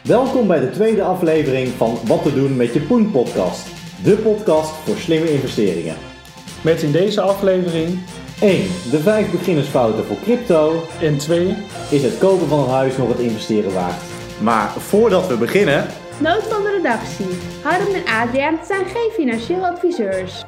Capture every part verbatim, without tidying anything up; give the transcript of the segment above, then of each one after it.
Welkom bij de tweede aflevering van Wat te doen met je Poen podcast. De podcast voor slimme investeringen. Met in deze aflevering één. De vijf beginnersfouten voor crypto. En twee. Is het kopen van een huis nog het investeren waard? Maar voordat we beginnen... Noot van de redactie. Harm en Adriaan zijn geen financieel adviseurs.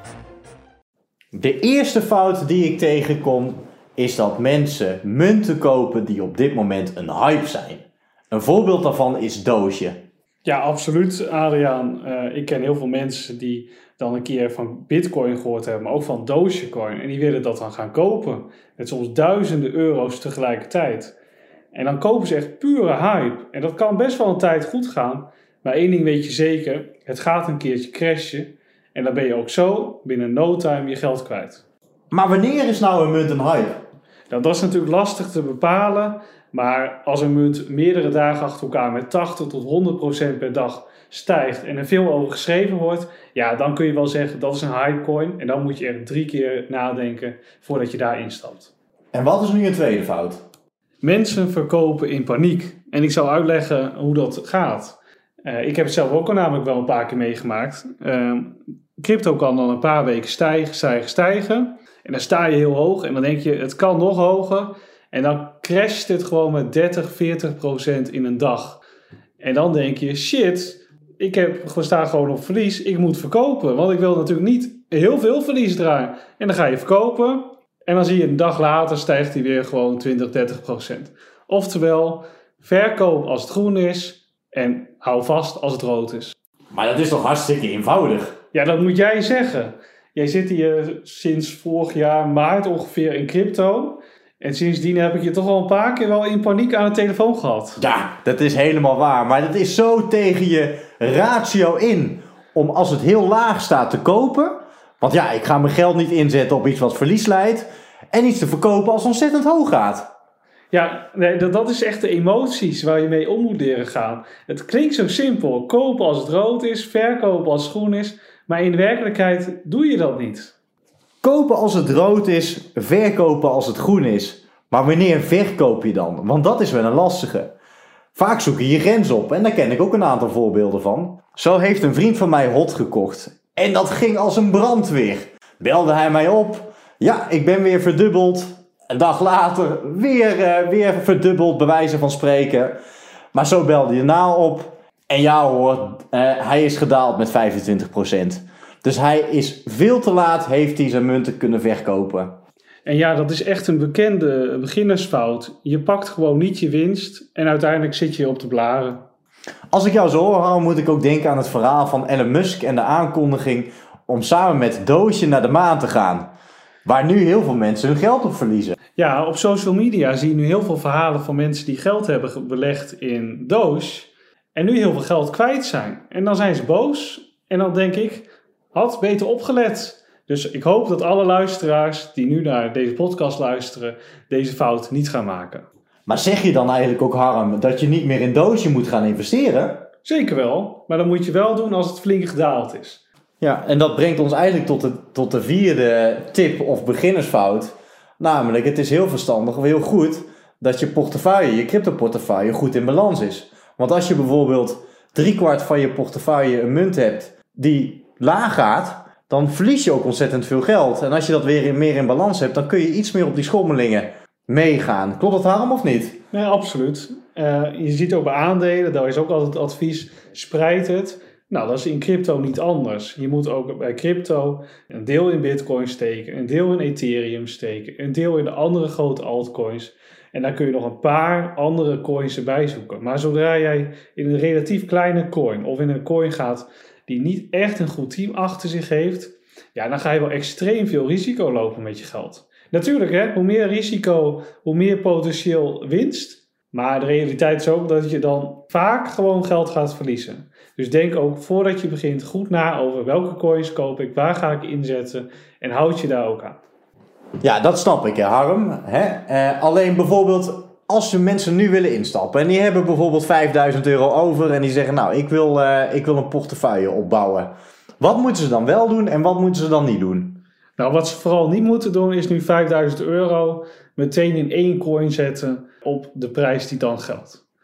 De eerste fout die ik tegenkom is dat mensen munten kopen die op dit moment een hype zijn. Een voorbeeld daarvan is Doge. Ja, absoluut, Adriaan. Uh, ik ken heel veel mensen die dan een keer van Bitcoin gehoord hebben, maar ook van Dogecoin. En die willen dat dan gaan kopen. Met soms duizenden euro's tegelijkertijd. En dan kopen ze echt pure hype. En dat kan best wel een tijd goed gaan. Maar één ding weet je zeker, het gaat een keertje crashen. En dan ben je ook zo binnen no time je geld kwijt. Maar wanneer is nou een munt een hype? Nou, dat is natuurlijk lastig te bepalen. Maar als een munt meerdere dagen achter elkaar met tachtig tot honderd procent per dag stijgt en er veel over geschreven wordt, ja, dan kun je wel zeggen dat is een hypecoin. En dan moet je echt drie keer nadenken voordat je daar instapt. En wat is nu een tweede fout? Mensen verkopen in paniek. En ik zal uitleggen hoe dat gaat. Uh, ik heb het zelf ook al namelijk wel een paar keer meegemaakt. Uh, crypto kan dan een paar weken stijgen, stijgen, stijgen. En dan sta je heel hoog en dan denk je het kan nog hoger. En dan crasht het gewoon met dertig, veertig procent in een dag. En dan denk je, shit, ik heb, sta gewoon op verlies. Ik moet verkopen, want ik wil natuurlijk niet heel veel verlies draaien. En dan ga je verkopen. En dan zie je een dag later stijgt hij weer gewoon twintig, dertig procent. Oftewel, verkoop als het groen is en hou vast als het rood is. Maar dat is toch hartstikke eenvoudig? Ja, dat moet jij zeggen. Jij zit hier sinds vorig jaar maart ongeveer in crypto. En sindsdien heb ik je toch al een paar keer wel in paniek aan de telefoon gehad. Ja, dat is helemaal waar. Maar dat is zo tegen je ratio in. Om als het heel laag staat te kopen. Want ja, ik ga mijn geld niet inzetten op iets wat verlies leidt. En iets te verkopen als het ontzettend hoog gaat. Ja, nee, dat, dat is echt de emoties waar je mee om moet leren gaan. Het klinkt zo simpel. Kopen als het rood is, verkopen als het groen is. Maar in de werkelijkheid doe je dat niet. Kopen als het rood is, verkopen als het groen is. Maar wanneer verkoop je dan? Want dat is wel een lastige. Vaak zoek je je grens op en daar ken ik ook een aantal voorbeelden van. Zo heeft een vriend van mij H O T gekocht. En dat ging als een brandweer. Belde hij mij op. Ja, ik ben weer verdubbeld. Een dag later weer, uh, weer verdubbeld, bij wijze van spreken. Maar zo belde je na op. En ja hoor, uh, hij is gedaald met vijfentwintig procent. Dus hij is veel te laat, heeft hij zijn munten kunnen verkopen. En ja, dat is echt een bekende beginnersfout. Je pakt gewoon niet je winst en uiteindelijk zit je op de blaren. Als ik jou zo hoor, moet ik ook denken aan het verhaal van Elon Musk en de aankondiging om samen met Doge naar de maan te gaan. Waar nu heel veel mensen hun geld op verliezen. Ja, op social media zie je nu heel veel verhalen van mensen die geld hebben belegd in Doge. En nu heel veel geld kwijt zijn. En dan zijn ze boos. En dan denk ik, had beter opgelet. Dus ik hoop dat alle luisteraars die nu naar deze podcast luisteren, deze fout niet gaan maken. Maar zeg je dan eigenlijk ook, Harm, dat je niet meer in Doge moet gaan investeren? Zeker wel, maar dan moet je wel doen als het flink gedaald is. Ja, en dat brengt ons eigenlijk tot de, tot de vierde tip of beginnersfout. Namelijk, het is heel verstandig of heel goed dat je portefeuille, je crypto-portefeuille, goed in balans is. Want als je bijvoorbeeld driekwart van je portefeuille een munt hebt die laag gaat, dan verlies je ook ontzettend veel geld. En als je dat weer in, meer in balans hebt, dan kun je iets meer op die schommelingen meegaan. Klopt dat, Harm, of niet? Nee, absoluut. Uh, je ziet ook bij aandelen, daar is ook altijd het advies, spreid het. Nou, dat is in crypto niet anders. Je moet ook bij crypto een deel in Bitcoin steken, een deel in Ethereum steken, een deel in de andere grote altcoins. En daar kun je nog een paar andere coins erbij zoeken. Maar zodra jij in een relatief kleine coin of in een coin gaat die niet echt een goed team achter zich heeft, ja, dan ga je wel extreem veel risico lopen met je geld. Natuurlijk, hè, hoe meer risico, hoe meer potentieel winst. Maar de realiteit is ook dat je dan vaak gewoon geld gaat verliezen. Dus denk ook voordat je begint goed na over welke coins koop ik, waar ga ik inzetten en houd je daar ook aan. Ja, dat snap ik, hè, Harm. Hè? Uh, alleen bijvoorbeeld als je mensen nu willen instappen en die hebben bijvoorbeeld vijfduizend euro over en die zeggen, nou, ik wil, uh, ik wil een portefeuille opbouwen. Wat moeten ze dan wel doen en wat moeten ze dan niet doen? Nou, wat ze vooral niet moeten doen is nu vijfduizend euro meteen in één coin zetten op de prijs die dan geldt.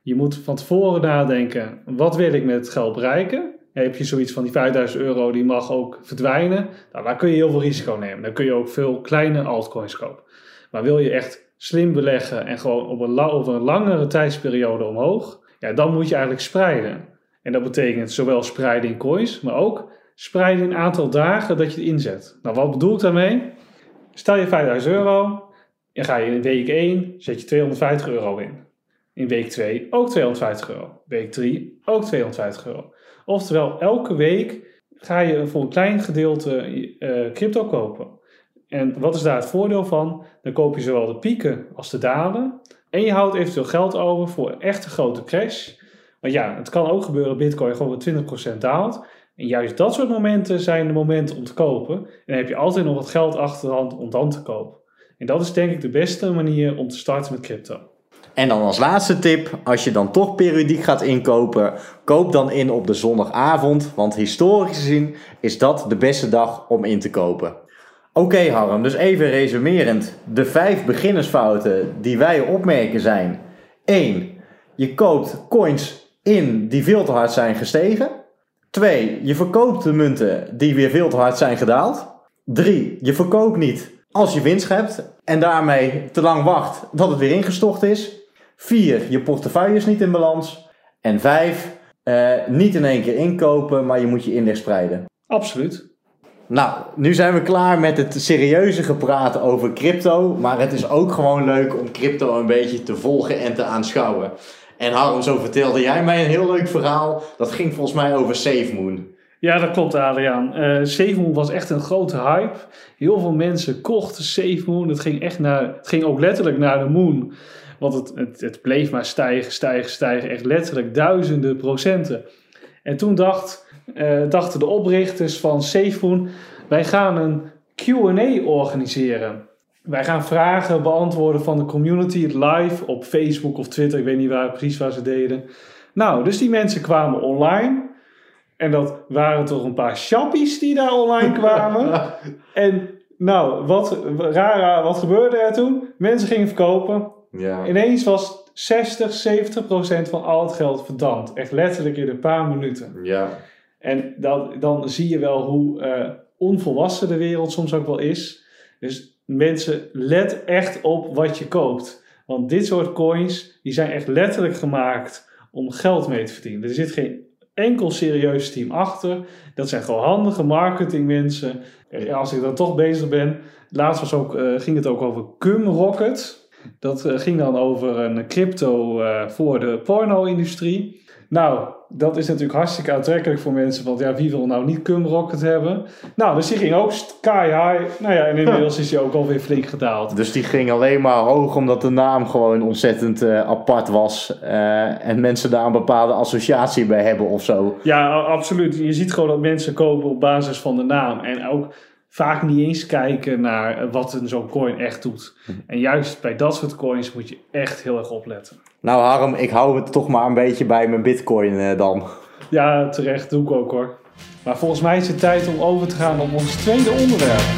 Je moet van tevoren nadenken, wat wil ik met het geld bereiken? Heb je zoiets van die vijfduizend euro, die mag ook verdwijnen. Nou, daar kun je heel veel risico nemen. Dan kun je ook veel kleine altcoins kopen. Maar wil je echt slim beleggen en gewoon op een, la- over een langere tijdsperiode omhoog, ja, dan moet je eigenlijk spreiden. En dat betekent zowel spreiden in coins, maar ook spreiden in aantal dagen dat je het inzet. Nou, wat bedoel ik daarmee? Stel je vijfduizend euro, en ga je in week één, zet je tweehonderdvijftig euro in. In week twee ook tweehonderdvijftig euro. Week drie ook tweehonderdvijftig euro. Oftewel, elke week ga je voor een klein gedeelte uh, crypto kopen. En wat is daar het voordeel van? Dan koop je zowel de pieken als de dalen. En je houdt eventueel geld over voor een echte grote crash. Want ja, het kan ook gebeuren dat Bitcoin gewoon twintig procent daalt. En juist dat soort momenten zijn de momenten om te kopen. En dan heb je altijd nog wat geld achter de hand om dan te kopen. En dat is denk ik de beste manier om te starten met crypto. En dan als laatste tip, als je dan toch periodiek gaat inkopen, koop dan in op de zondagavond, want historisch gezien is dat de beste dag om in te kopen. Oké okay, Harm, dus even resumerend. De vijf beginnersfouten die wij opmerken zijn: één. Je koopt coins in die veel te hard zijn gestegen. twee. Je verkoopt de munten die weer veel te hard zijn gedaald. drie. Je verkoopt niet als je winst hebt en daarmee te lang wacht dat het weer ingestort is. vier. Je portefeuille is niet in balans. En vijf. Uh, niet in één keer inkopen, maar je moet je inleg spreiden. Absoluut. Nou, nu zijn we klaar met het serieuze gepraat over crypto. Maar het is ook gewoon leuk om crypto een beetje te volgen en te aanschouwen. En Harm, zo vertelde jij mij een heel leuk verhaal. Dat ging volgens mij over SafeMoon. Ja, dat klopt, Adriaan. Uh, SafeMoon was echt een grote hype. Heel veel mensen kochten SafeMoon. Het ging, echt naar, het ging ook letterlijk naar de moon. Want het, het, het bleef maar stijgen, stijgen, stijgen. Echt letterlijk duizenden procenten. En toen dacht, uh, dachten de oprichters van SafeMoon: wij gaan een Q en A organiseren. Wij gaan vragen beantwoorden van de community, het live op Facebook of Twitter. Ik weet niet waar, precies waar ze deden. Nou, dus die mensen kwamen online. En dat waren toch een paar shoppies die daar online kwamen. En nou, wat, rara, wat gebeurde er toen? Mensen gingen verkopen. Ja. Ineens was zestig, zeventig procent van al het geld verdampt. Echt letterlijk in een paar minuten. Ja. En dat, dan zie je wel hoe uh, onvolwassen de wereld soms ook wel is. Dus mensen, let echt op wat je koopt. Want dit soort coins, die zijn echt letterlijk gemaakt om geld mee te verdienen. Er zit geen enkel serieus team achter. Dat zijn gewoon handige marketingmensen. Als ik dan toch bezig ben. Laatst was ook, uh, ging het ook over Cumrocket. Dat uh, ging dan over een crypto uh, voor de porno-industrie. Nou, dat is natuurlijk hartstikke aantrekkelijk voor mensen. Want ja, wie wil nou niet Cumrocket hebben? Nou, dus die ging ook sky high. Nou ja, en inmiddels is hij ook alweer flink gedaald. Dus die ging alleen maar hoog omdat de naam gewoon ontzettend uh, apart was. Uh, en mensen daar een bepaalde associatie bij hebben of zo. Ja, absoluut. Je ziet gewoon dat mensen kopen op basis van de naam. En ook vaak niet eens kijken naar wat zo'n coin echt doet. En juist bij dat soort coins moet je echt heel erg opletten. Nou Harm, ik hou het toch maar een beetje bij mijn bitcoin uh, dan. Ja, terecht. Doe ik ook hoor. Maar volgens mij is het tijd om over te gaan op ons tweede onderwerp.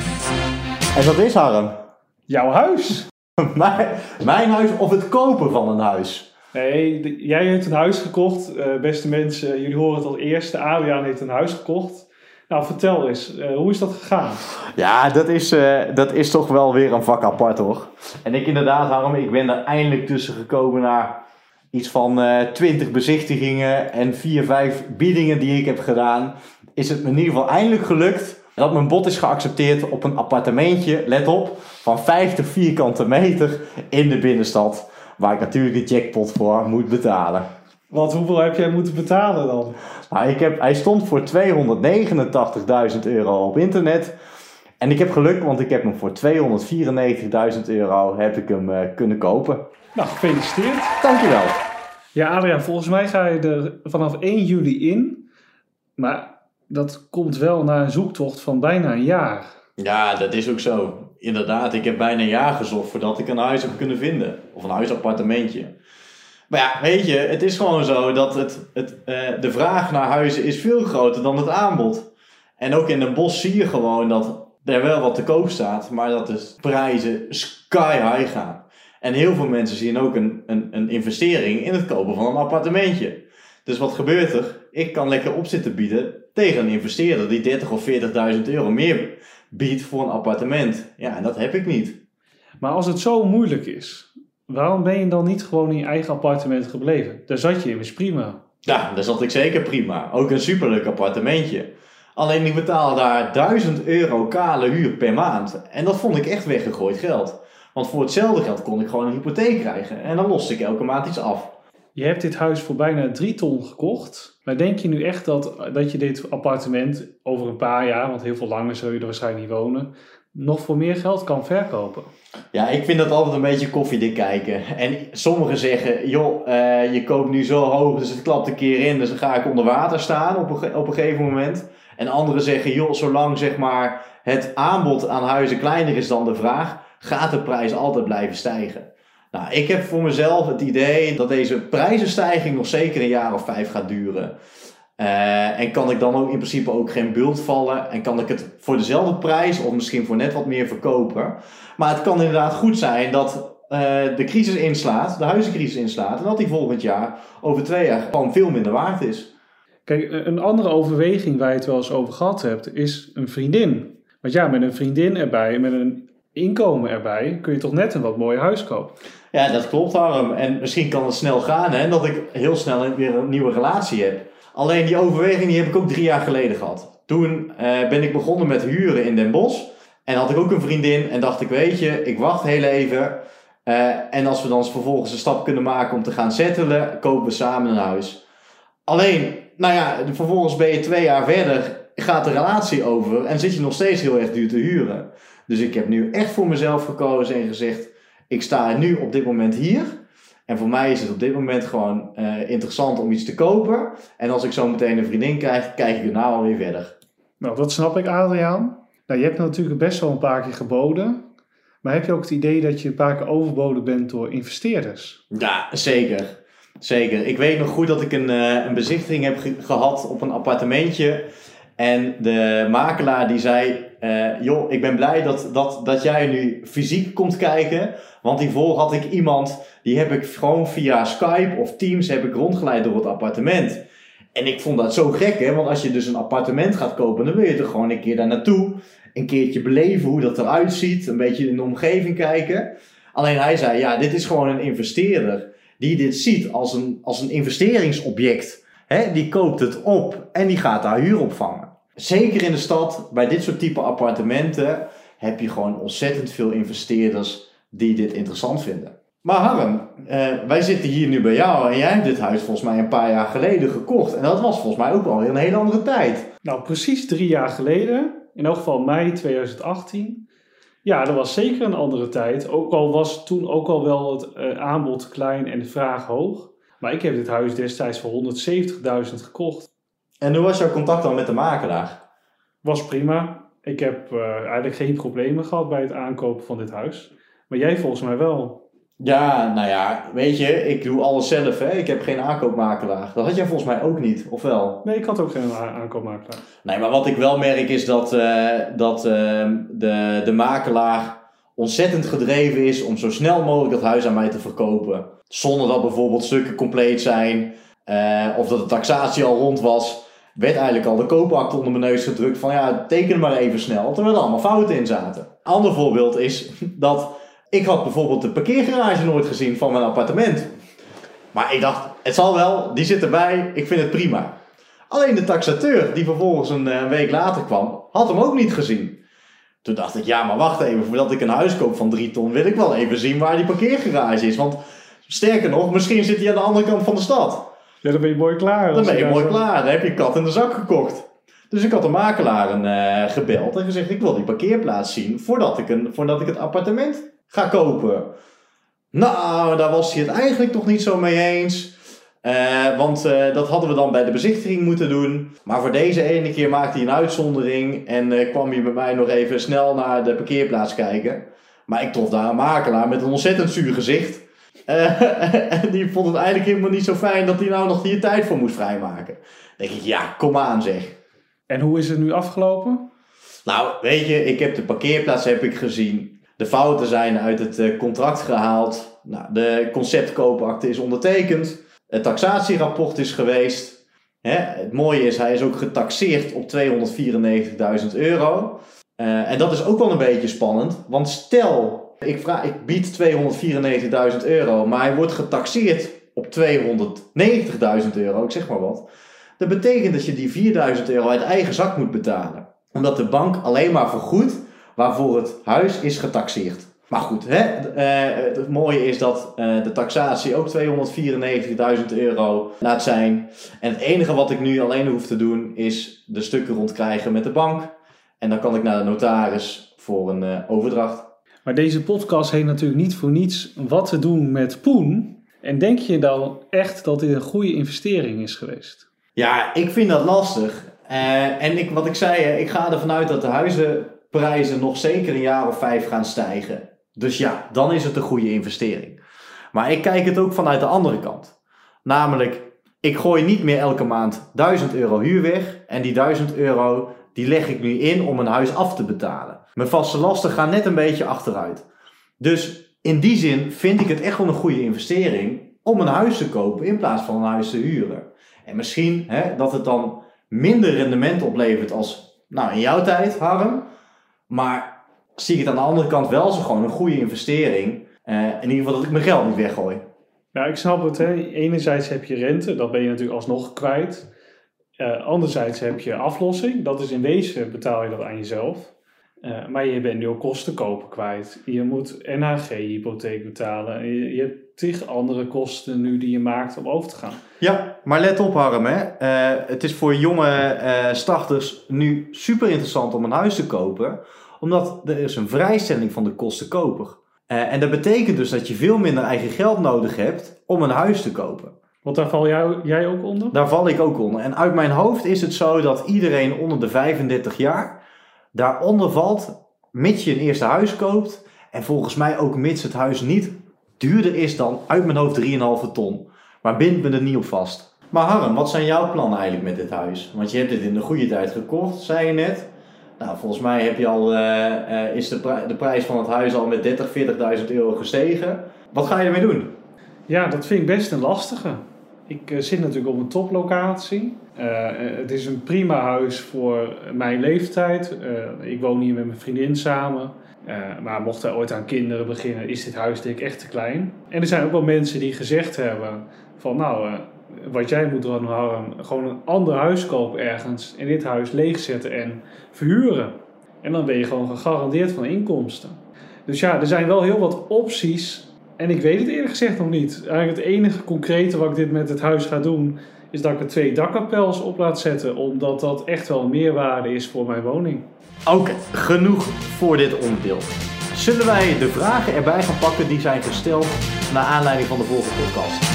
En dat is, Harm? Jouw huis. mijn, mijn huis of het kopen van een huis? Nee, de, jij hebt een huis gekocht. Uh, beste mensen, jullie horen het als eerste. Adriaan heeft een huis gekocht. Nou, vertel eens, uh, hoe is dat gegaan? Ja, dat is, uh, dat is toch wel weer een vak apart hoor. En ik inderdaad, Harm, ik ben er eindelijk tussen gekomen na iets van uh, twintig bezichtigingen en vier, vijf biedingen die ik heb gedaan. Is het me in ieder geval eindelijk gelukt dat mijn bod is geaccepteerd op een appartementje, let op, van vijftig vierkante meter in de binnenstad. Waar ik natuurlijk de jackpot voor moet betalen. Want hoeveel heb jij moeten betalen dan? Nou, ik heb, hij stond voor tweehonderdnegenentachtigduizend euro op internet. En ik heb geluk, want ik heb hem voor tweehonderdvierennegentigduizend euro heb ik hem uh, kunnen kopen. Nou, gefeliciteerd. Dankjewel. Ja, Adriaan, volgens mij ga je er vanaf één juli in. Maar dat komt wel na een zoektocht van bijna een jaar. Ja, dat is ook zo. Inderdaad, ik heb bijna een jaar gezocht voordat ik een huis heb kunnen vinden. Of een huisappartementje. Maar ja, weet je, het is gewoon zo dat het, het, uh, de vraag naar huizen is veel groter dan het aanbod. En ook in Den Bosch zie je gewoon dat er wel wat te koop staat, maar dat de prijzen sky high gaan. En heel veel mensen zien ook een, een, een investering in het kopen van een appartementje. Dus wat gebeurt er? Ik kan lekker op zitten bieden tegen een investeerder die dertig of veertigduizend euro meer biedt voor een appartement. Ja, en dat heb ik niet. Maar als het zo moeilijk is, waarom ben je dan niet gewoon in je eigen appartement gebleven? Daar zat je immers prima. Ja, daar zat ik zeker prima. Ook een superleuk appartementje. Alleen ik betaalde daar duizend euro kale huur per maand. En dat vond ik echt weggegooid geld. Want voor hetzelfde geld kon ik gewoon een hypotheek krijgen. En dan loste ik elke maand iets af. Je hebt dit huis voor bijna drie ton gekocht. Maar denk je nu echt dat, dat je dit appartement over een paar jaar, want heel veel langer zul je er waarschijnlijk niet wonen, nog voor meer geld kan verkopen? Ja, ik vind dat altijd een beetje koffiedik kijken. En sommigen zeggen, joh, uh, je koopt nu zo hoog, dus het klapt een keer in, dus dan ga ik onder water staan op een, op een gegeven moment. En anderen zeggen, joh, zolang zeg maar het aanbod aan huizen kleiner is dan de vraag, gaat de prijs altijd blijven stijgen. Nou, ik heb voor mezelf het idee dat deze prijzenstijging nog zeker een jaar of vijf gaat duren. Uh, en kan ik dan ook in principe ook geen bult vallen en kan ik het voor dezelfde prijs of misschien voor net wat meer verkopen. Maar het kan inderdaad goed zijn dat uh, de crisis inslaat, de huizencrisis inslaat en dat die volgend jaar over twee jaar gewoon veel minder waard is. Kijk, een andere overweging waar je het wel eens over gehad hebt is een vriendin. Want ja, met een vriendin erbij, met een inkomen erbij, kun je toch net een wat mooi huis kopen. Ja, dat klopt, Harm. En misschien kan het snel gaan, hè, dat ik heel snel weer een nieuwe relatie heb. Alleen die overweging die heb ik ook drie jaar geleden gehad. Toen uh, ben ik begonnen met huren in Den Bosch. En had ik ook een vriendin en dacht ik, weet je, ik wacht heel even. Uh, en als we dan vervolgens een stap kunnen maken om te gaan settelen, kopen we samen een huis. Alleen, nou ja, vervolgens ben je twee jaar verder, gaat de relatie over en zit je nog steeds heel erg duur te huren. Dus ik heb nu echt voor mezelf gekozen en gezegd, ik sta nu op dit moment hier. En voor mij is het op dit moment gewoon uh, interessant om iets te kopen. En als ik zo meteen een vriendin krijg, kijk ik daarna alweer verder. Nou, dat snap ik, Adriaan. Nou, je hebt natuurlijk best wel een paar keer geboden. Maar heb je ook het idee dat je een paar keer overboden bent door investeerders? Ja, zeker. Zeker. Ik weet nog goed dat ik een, uh, een bezichtiging heb ge- gehad op een appartementje. En de makelaar die zei, uh, joh, ik ben blij dat, dat, dat jij nu fysiek komt kijken. Want hiervoor had ik iemand, die heb ik gewoon via Skype of Teams heb ik rondgeleid door het appartement. En ik vond dat zo gek, hè. Want als je dus een appartement gaat kopen, dan wil je toch gewoon een keer daar naartoe. Een keertje beleven hoe dat eruit ziet. Een beetje in de omgeving kijken. Alleen hij zei, ja, dit is gewoon een investeerder die dit ziet als een, als een investeringsobject. He, die koopt het op en die gaat daar huur opvangen. Zeker in de stad, bij dit soort type appartementen, heb je gewoon ontzettend veel investeerders die dit interessant vinden. Maar Harm, uh, wij zitten hier nu bij jou en jij hebt dit huis volgens mij een paar jaar geleden gekocht. En dat was volgens mij ook wel weer een hele andere tijd. Nou, precies drie jaar geleden, in elk geval mei tweeduizend achttien. Ja, dat was zeker een andere tijd. Ook al was toen ook al wel het uh, aanbod klein en de vraag hoog. Maar ik heb dit huis destijds voor honderdzeventigduizend gekocht. En hoe was jouw contact dan met de makelaar? Was prima. Ik heb uh, eigenlijk geen problemen gehad bij het aankopen van dit huis. Maar jij volgens mij wel. Ja, nou ja, weet je, ik doe alles zelf, hè. Ik heb geen aankoopmakelaar. Dat had jij volgens mij ook niet, of wel? Nee, ik had ook geen a- aankoopmakelaar. Nee, maar wat ik wel merk is dat, uh, dat uh, de, de makelaar ontzettend gedreven is om zo snel mogelijk dat huis aan mij te verkopen. Zonder dat bijvoorbeeld stukken compleet zijn, uh, of dat de taxatie al rond was, werd eigenlijk al de koopakte onder mijn neus gedrukt van ja, teken maar even snel, terwijl er allemaal fouten in zaten. Een ander voorbeeld is dat ik had bijvoorbeeld de parkeergarage nooit gezien van mijn appartement. Maar ik dacht, het zal wel, die zit erbij, ik vind het prima. Alleen de taxateur, die vervolgens een, een week later kwam, had hem ook niet gezien. Toen dacht ik, ja maar wacht even, voordat ik een huis koop van drie ton, wil ik wel even zien waar die parkeergarage is. Want sterker nog, misschien zit hij aan de andere kant van de stad. Ja, dan ben je mooi klaar. Dan ben je mooi klaar, dan heb je kat in de zak gekocht. Dus ik had de makelaar een, uh, gebeld en gezegd, ik wil die parkeerplaats zien voordat ik, een, voordat ik het appartement ga kopen. Nou, daar was hij het eigenlijk toch niet zo mee eens. Uh, want uh, dat hadden we dan bij de bezichtiging moeten doen. Maar voor deze ene keer maakte hij een uitzondering. En uh, kwam hij bij mij nog even snel naar de parkeerplaats kijken. Maar ik trof daar een makelaar met een ontzettend zuur gezicht. Uh, en die vond het eigenlijk helemaal niet zo fijn dat hij nou nog hier tijd voor moest vrijmaken. Dan denk ik, ja, kom aan zeg. En hoe is het nu afgelopen? Nou, weet je, ik heb de parkeerplaats heb ik gezien. De fouten zijn uit het uh, contract gehaald. Nou, de conceptkoopakte is ondertekend. Het taxatierapport is geweest. Hè? Het mooie is, hij is ook getaxeerd op tweehonderdvierennegentigduizend euro. Uh, en dat is ook wel een beetje spannend. Want stel, ik, vraag, ik bied tweehonderdvierennegentigduizend euro, maar hij wordt getaxeerd op tweehonderdnegentigduizend euro, ik zeg maar wat. Dat betekent dat je die vierduizend euro uit eigen zak moet betalen. Omdat de bank alleen maar vergoedt waarvoor het huis is getaxeerd. Maar goed, hè? Uh, het mooie is dat uh, de taxatie ook tweehonderdvierennegentigduizend euro laat zijn. En het enige wat ik nu alleen hoef te doen is de stukken rondkrijgen met de bank. En dan kan ik naar de notaris voor een uh, overdracht. Maar deze podcast heeft natuurlijk niet voor niets wat te doen met poen. En denk je dan echt dat dit een goede investering is geweest? Ja, ik vind dat lastig. Uh, en ik, wat ik zei, ik ga ervan uit dat de huizenprijzen nog zeker een jaar of vijf gaan stijgen. Dus ja, dan is het een goede investering. Maar ik kijk het ook vanuit de andere kant. Namelijk, ik gooi niet meer elke maand duizend euro huur weg. En die duizend euro, die leg ik nu in om een huis af te betalen. Mijn vaste lasten gaan net een beetje achteruit. Dus in die zin vind ik het echt wel een goede investering om een huis te kopen in plaats van een huis te huren. En misschien hè, dat het dan minder rendement oplevert als nou, in jouw tijd, Harm. Maar zie ik het aan de andere kant wel als gewoon een goede investering. Uh, in ieder geval dat ik mijn geld niet weggooi. Ja, ik snap het. Hè. Enerzijds heb je rente, dat ben je natuurlijk alsnog kwijt. Uh, anderzijds heb je aflossing. Dat is in wezen betaal je dat aan jezelf. Uh, maar je bent nu ook kosten kopen kwijt. Je moet N H G-hypotheek betalen. Je, je hebt tig andere kosten nu die je maakt om over te gaan. Ja, maar let op Harm. Hè. Uh, het is voor jonge uh, starters nu super interessant om een huis te kopen. Omdat er is een vrijstelling van de kostenkoper. Uh, en dat betekent dus dat je veel minder eigen geld nodig hebt om een huis te kopen. Want daar val jou, jij ook onder? Daar val ik ook onder. En uit mijn hoofd is het zo dat iedereen onder de vijfendertig jaar daaronder valt, mits je een eerste huis koopt. En volgens mij ook mits het huis niet duurder is dan uit mijn hoofd drie komma vijf ton. Maar bind me er niet op vast. Maar Harm, wat zijn jouw plannen eigenlijk met dit huis? Want je hebt dit in de goede tijd gekocht, zei je net. Nou, volgens mij heb je al, uh, uh, is de, pri- de prijs van het huis al met dertig, veertigduizend euro gestegen. Wat ga je ermee doen? Ja, dat vind ik best een lastige. Ik uh, zit natuurlijk op een toplocatie. Uh, het is een prima huis voor mijn leeftijd. Uh, ik woon hier met mijn vriendin samen. Uh, maar mocht er ooit aan kinderen beginnen, is dit huis denk ik echt te klein. En er zijn ook wel mensen die gezegd hebben van nou, uh, wat jij moet doen, Harm, gewoon een ander huis kopen ergens en dit huis leegzetten en verhuren. En dan ben je gewoon gegarandeerd van inkomsten. Dus ja, er zijn wel heel wat opties. En ik weet het eerlijk gezegd nog niet. Eigenlijk het enige concrete wat ik dit met het huis ga doen, is dat ik er twee dakkapels op laat zetten. Omdat dat echt wel een meerwaarde is voor mijn woning. Oké, okay, genoeg voor dit onderdeel. Zullen wij de vragen erbij gaan pakken die zijn gesteld naar aanleiding van de vorige podcast?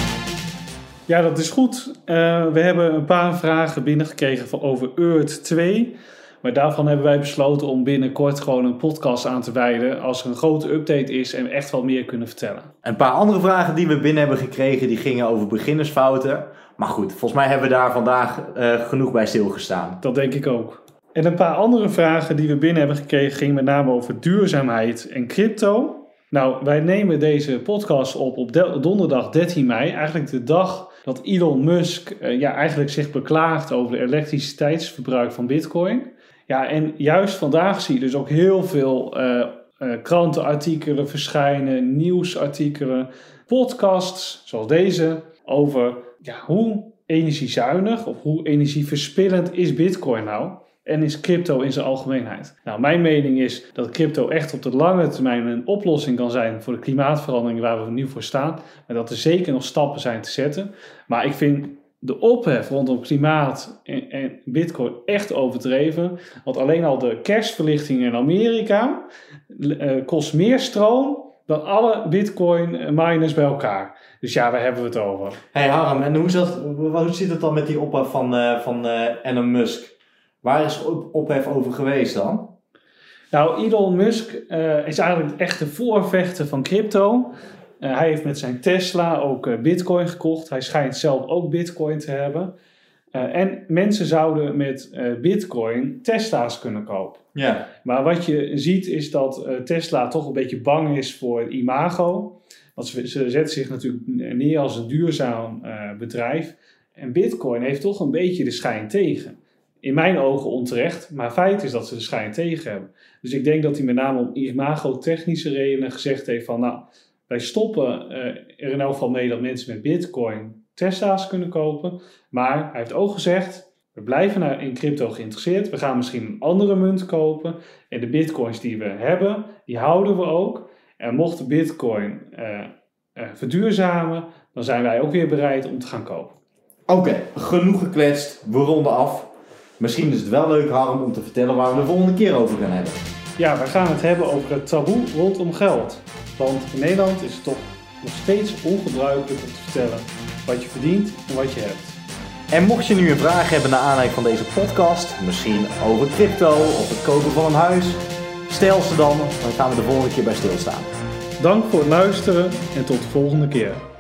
Ja, dat is goed. Uh, we hebben een paar vragen binnengekregen van over Earth twee. Maar daarvan hebben wij besloten om binnenkort gewoon een podcast aan te wijden als er een grote update is en we echt wat meer kunnen vertellen. Een paar andere vragen die we binnen hebben gekregen, die gingen over beginnersfouten. Maar goed, volgens mij hebben we daar vandaag uh, genoeg bij stilgestaan. Dat denk ik ook. En een paar andere vragen die we binnen hebben gekregen gingen met name over duurzaamheid en crypto. Nou, wij nemen deze podcast op op de- donderdag dertien mei. Eigenlijk de dag dat Elon Musk uh, ja, eigenlijk zich beklaagt over het elektriciteitsverbruik van Bitcoin. Ja, en juist vandaag zie je dus ook heel veel uh, uh, krantenartikelen verschijnen, nieuwsartikelen, podcasts zoals deze over ja, hoe energiezuinig of hoe energieverspillend is Bitcoin nou en is crypto in zijn algemeenheid. Nou, mijn mening is dat crypto echt op de lange termijn een oplossing kan zijn voor de klimaatverandering waar we nu voor staan, maar dat er zeker nog stappen zijn te zetten. Maar ik vind de ophef rondom klimaat en, en Bitcoin echt overdreven. Want alleen al de kerstverlichting in Amerika uh, kost meer stroom dan alle Bitcoin miners bij elkaar. Dus ja, waar hebben we het over? Hey Harm, en hoe, zat, hoe zit het dan met die ophef van, uh, van uh, Elon Musk? Waar is ophef over geweest dan? Nou, Elon Musk uh, is eigenlijk echt de voorvechter van crypto. Uh, hij heeft met zijn Tesla ook uh, Bitcoin gekocht. Hij schijnt zelf ook Bitcoin te hebben. Uh, en mensen zouden met uh, Bitcoin Tesla's kunnen kopen. Ja. Maar wat je ziet is dat uh, Tesla toch een beetje bang is voor het imago. Want ze, ze zetten zich natuurlijk neer als een duurzaam uh, bedrijf. En Bitcoin heeft toch een beetje de schijn tegen. In mijn ogen onterecht, maar feit is dat ze de schijn tegen hebben. Dus ik denk dat hij met name om imago-technische redenen gezegd heeft van... nou, wij stoppen uh, er in elk geval mee dat mensen met Bitcoin Tesla's kunnen kopen. Maar hij heeft ook gezegd, we blijven naar in crypto geïnteresseerd. We gaan misschien een andere munt kopen. En de bitcoins die we hebben, die houden we ook. En mocht de bitcoin uh, uh, verduurzamen, dan zijn wij ook weer bereid om te gaan kopen. Oké, okay, genoeg gekletst. We ronden af. Misschien is het wel leuk, Harm, om te vertellen waar we de volgende keer over gaan hebben. Ja, we gaan het hebben over het taboe rondom geld. Want in Nederland is het toch nog steeds ongebruikelijk om te vertellen wat je verdient en wat je hebt. En mocht je nu een vraag hebben naar aanleiding van deze podcast, misschien over crypto of het kopen van een huis, stel ze dan, dan gaan we de volgende keer bij stilstaan. Dank voor het luisteren en tot de volgende keer.